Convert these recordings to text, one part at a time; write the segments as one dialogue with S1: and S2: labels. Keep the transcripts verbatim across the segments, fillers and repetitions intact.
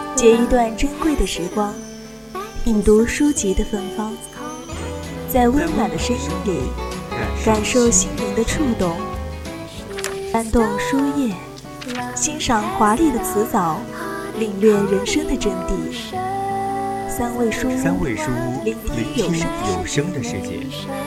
S1: 借一段珍贵的时光，品读书籍的芬芳，在温暖的声音里感受心灵的触动，翻动书页，欣赏华丽的词藻，领略人生的真谛。三味书屋，
S2: 三味书屋，
S1: 聆听有声
S2: 有声的世界。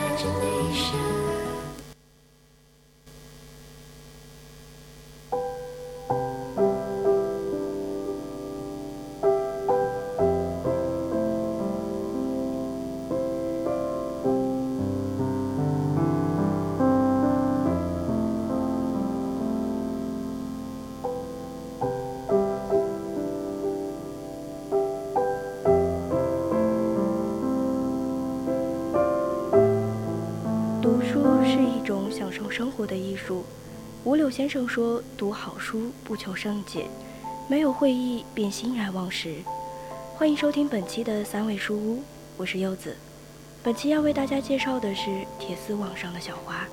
S3: 生活的艺术，五柳先生说：“读好书不求甚解，没有会意便欣然忘食。”欢迎收听本期的三味书屋，我是柚子。本期要为大家介绍的是铁丝网上的小花。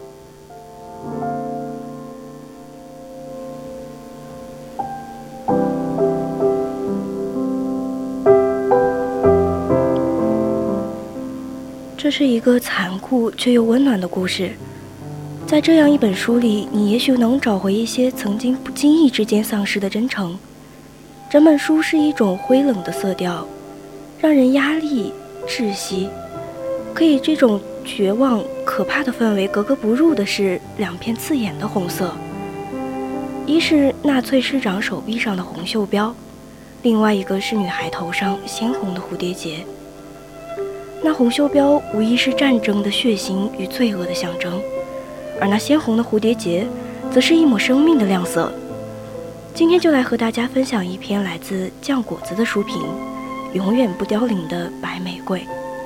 S3: 这是一个残酷却又温暖的故事。在这样一本书里，你也许能找回一些曾经不经意之间丧失的真诚。整本书是一种灰冷的色调，让人压力窒息。可以这种绝望可怕的氛围格格不入的是两片刺眼的红色，一是纳粹师长手臂上的红袖标，另外一个是女孩头上鲜红的蝴蝶结。那红袖标无疑是战争的血腥与罪恶的象征，而那鲜红的蝴蝶结则是一抹生命的亮色。今天就来和大家分享一篇来自酱果子的书评，永远不凋零的白玫瑰。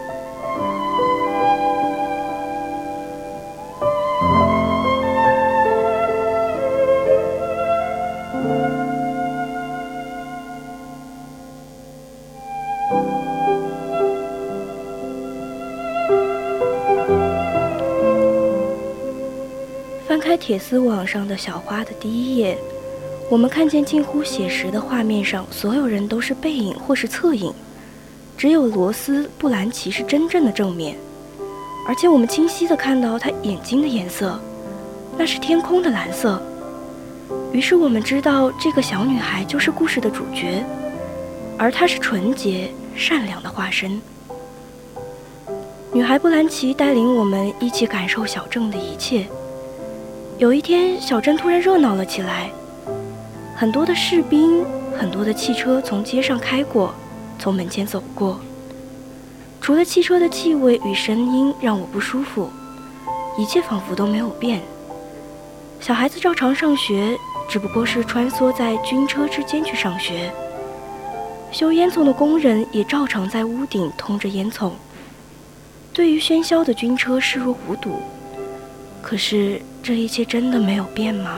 S3: 翻开铁丝网上的小花的第一页，我们看见近乎写实的画面上，所有人都是背影或是侧影，只有罗斯·布兰奇是真正的正面，而且我们清晰地看到他眼睛的颜色，那是天空的蓝色。于是我们知道这个小女孩就是故事的主角，而她是纯洁善良的化身。女孩布兰奇带领我们一起感受小镇的一切。有一天，小镇突然热闹了起来，很多的士兵，很多的汽车从街上开过，从门前走过。除了汽车的气味与声音让我不舒服，一切仿佛都没有变。小孩子照常上学，只不过是穿梭在军车之间去上学。修烟囱的工人也照常在屋顶通着烟囱，对于喧嚣的军车视若无睹。可是这一切真的没有变吗？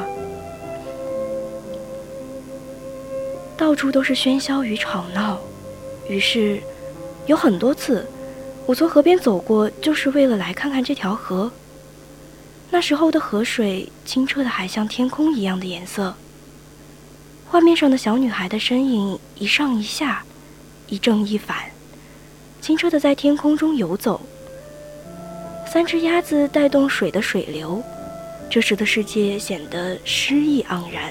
S3: 到处都是喧嚣与吵闹，于是有很多次我从河边走过，就是为了来看看这条河。那时候的河水清澈的还像天空一样的颜色，画面上的小女孩的身影一上一下，一正一反，清澈的在天空中游走。三只鸭子带动水的水流，这时的世界显得诗意盎然。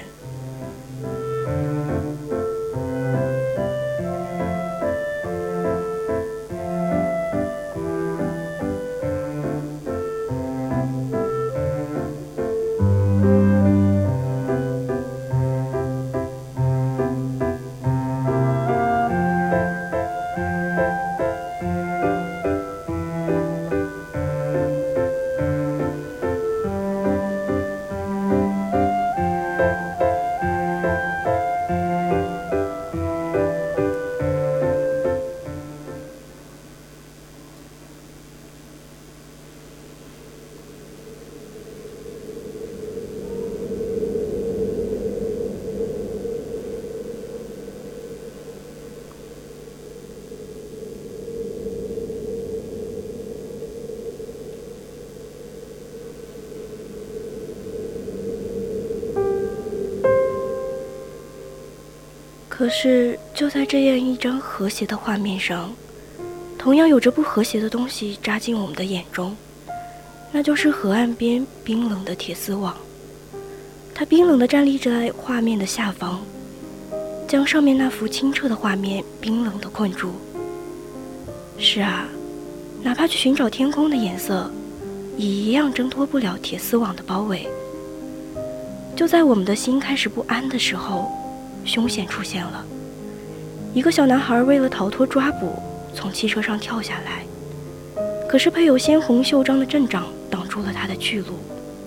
S3: 可是就在这样一张和谐的画面上，同样有着不和谐的东西扎进我们的眼中，那就是河岸边冰冷的铁丝网。它冰冷地站立在画面的下方，将上面那幅清澈的画面冰冷地困住。是啊，哪怕去寻找天空的颜色，也一样挣脱不了铁丝网的包围。就在我们的心开始不安的时候，凶险出现了。一个小男孩为了逃脱抓捕，从汽车上跳下来，可是配有鲜红袖章的镇长挡住了他的去路。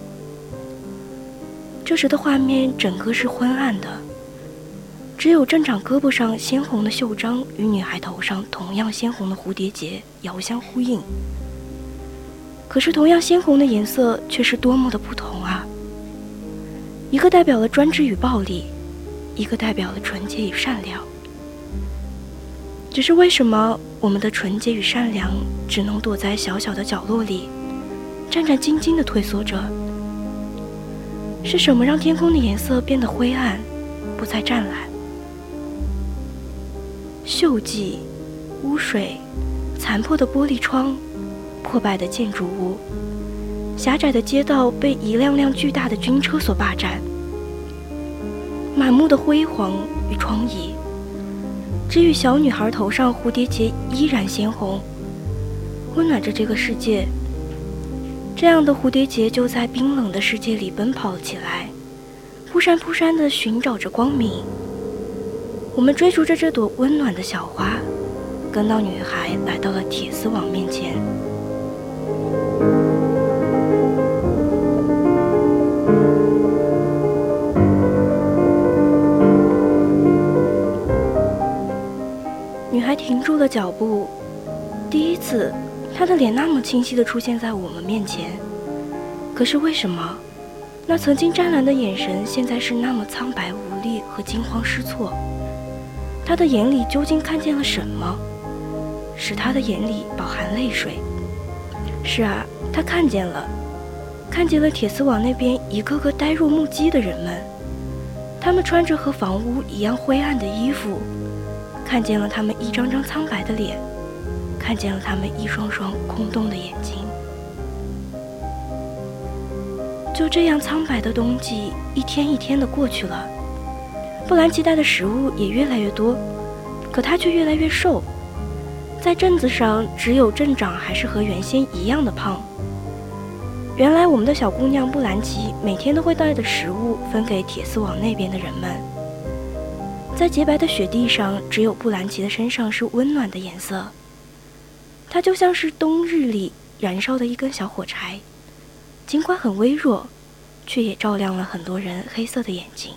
S3: 这时的画面整个是昏暗的，只有镇长胳膊上鲜红的袖章与女孩头上同样鲜红的蝴蝶结遥相呼应。可是同样鲜红的颜色却是多么的不同啊！一个代表了专制与暴力，一个代表了纯洁与善良。只是为什么我们的纯洁与善良只能躲在小小的角落里，战战兢兢地退缩着？是什么让天空的颜色变得灰暗，不再湛蓝？锈迹、污水、残破的玻璃窗、破败的建筑物、狭窄的街道被一辆辆巨大的军车所霸占，满目的辉煌与疮痍，只与小女孩头上蝴蝶结依然鲜红，温暖着这个世界。这样的蝴蝶结就在冰冷的世界里奔跑了起来，扑闪扑闪地寻找着光明。我们追逐着这朵温暖的小花，跟到女孩来到了铁丝网面前。女孩停住了脚步，第一次她的脸那么清晰地出现在我们面前。可是为什么那曾经湛蓝的眼神现在是那么苍白无力和惊慌失措？她的眼里究竟看见了什么，使她的眼里饱含泪水？是啊，她看见了，看见了铁丝网那边一个个呆若木鸡的人们，他们穿着和房屋一样灰暗的衣服，看见了他们一张张苍白的脸，看见了他们一双双空洞的眼睛。就这样，苍白的冬季一天一天的过去了，布兰奇带的食物也越来越多，可他却越来越瘦。在镇子上，只有镇长还是和原先一样的胖。原来我们的小姑娘布兰奇每天都会带着食物分给铁丝网那边的人们。在洁白的雪地上，只有布兰奇的身上是温暖的颜色，它就像是冬日里燃烧的一根小火柴，尽管很微弱，却也照亮了很多人黑色的眼睛。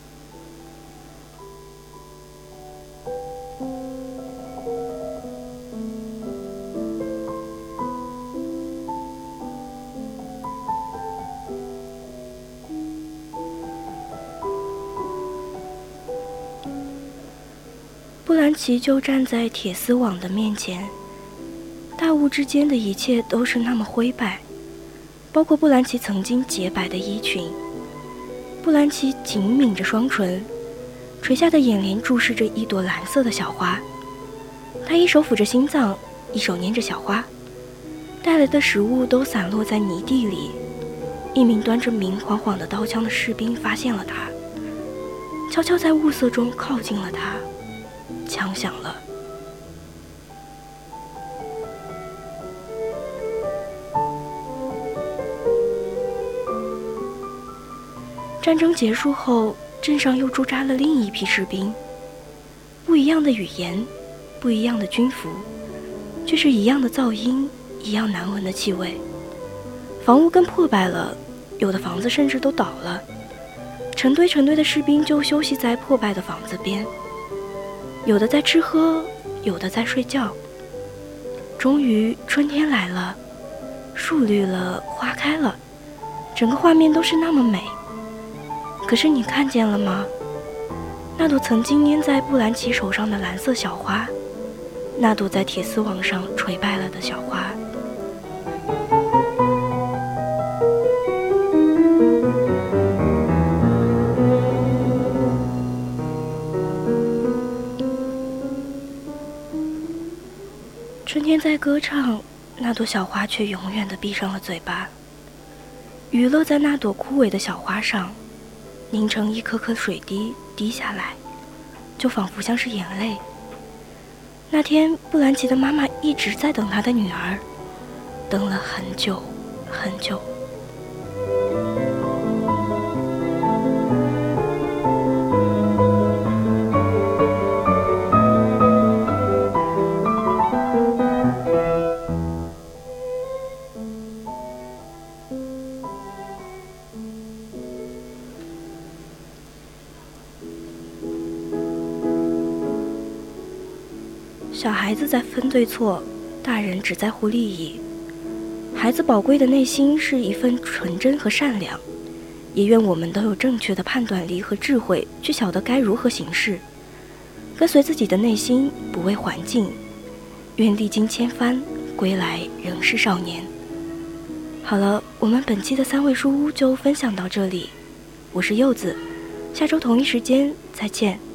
S3: 布兰奇就站在铁丝网的面前，大雾之间的一切都是那么灰败，包括布兰奇曾经洁白的衣裙。布兰奇紧抿着双唇，垂下的眼帘注视着一朵蓝色的小花。他一手抚着心脏，一手捏着小花，带来的食物都散落在泥地里。一名端着明晃晃的刀枪的士兵发现了他，悄悄在雾色中靠近了他。枪响了，战争结束后，镇上又驻扎了另一批士兵。不一样的语言，不一样的军服，却是一样的噪音，一样难闻的气味。房屋更破败了，有的房子甚至都倒了，成堆成堆的士兵就休息在破败的房子边。有的在吃喝，有的在睡觉。终于春天来了，树绿了，花开了，整个画面都是那么美。可是你看见了吗？那朵曾经粘在布兰奇手上的蓝色小花，那朵在铁丝网上垂败了的小花。 春天在歌唱，那朵小花却永远地闭上了嘴巴。雨落在那朵枯萎的小花上，凝成一颗颗水滴滴下来，就仿佛像是眼泪。那天布兰奇的妈妈一直在等她的女儿，等了很久很久。小孩子在分对错，大人只在乎利益。孩子宝贵的内心是一份纯真和善良，也愿我们都有正确的判断力和智慧，去晓得该如何行事，跟随自己的内心，不为环境。愿历经千帆，归来仍是少年。好了，我们本期的三味书屋就分享到这里，我是柚子，下周同一时间再见。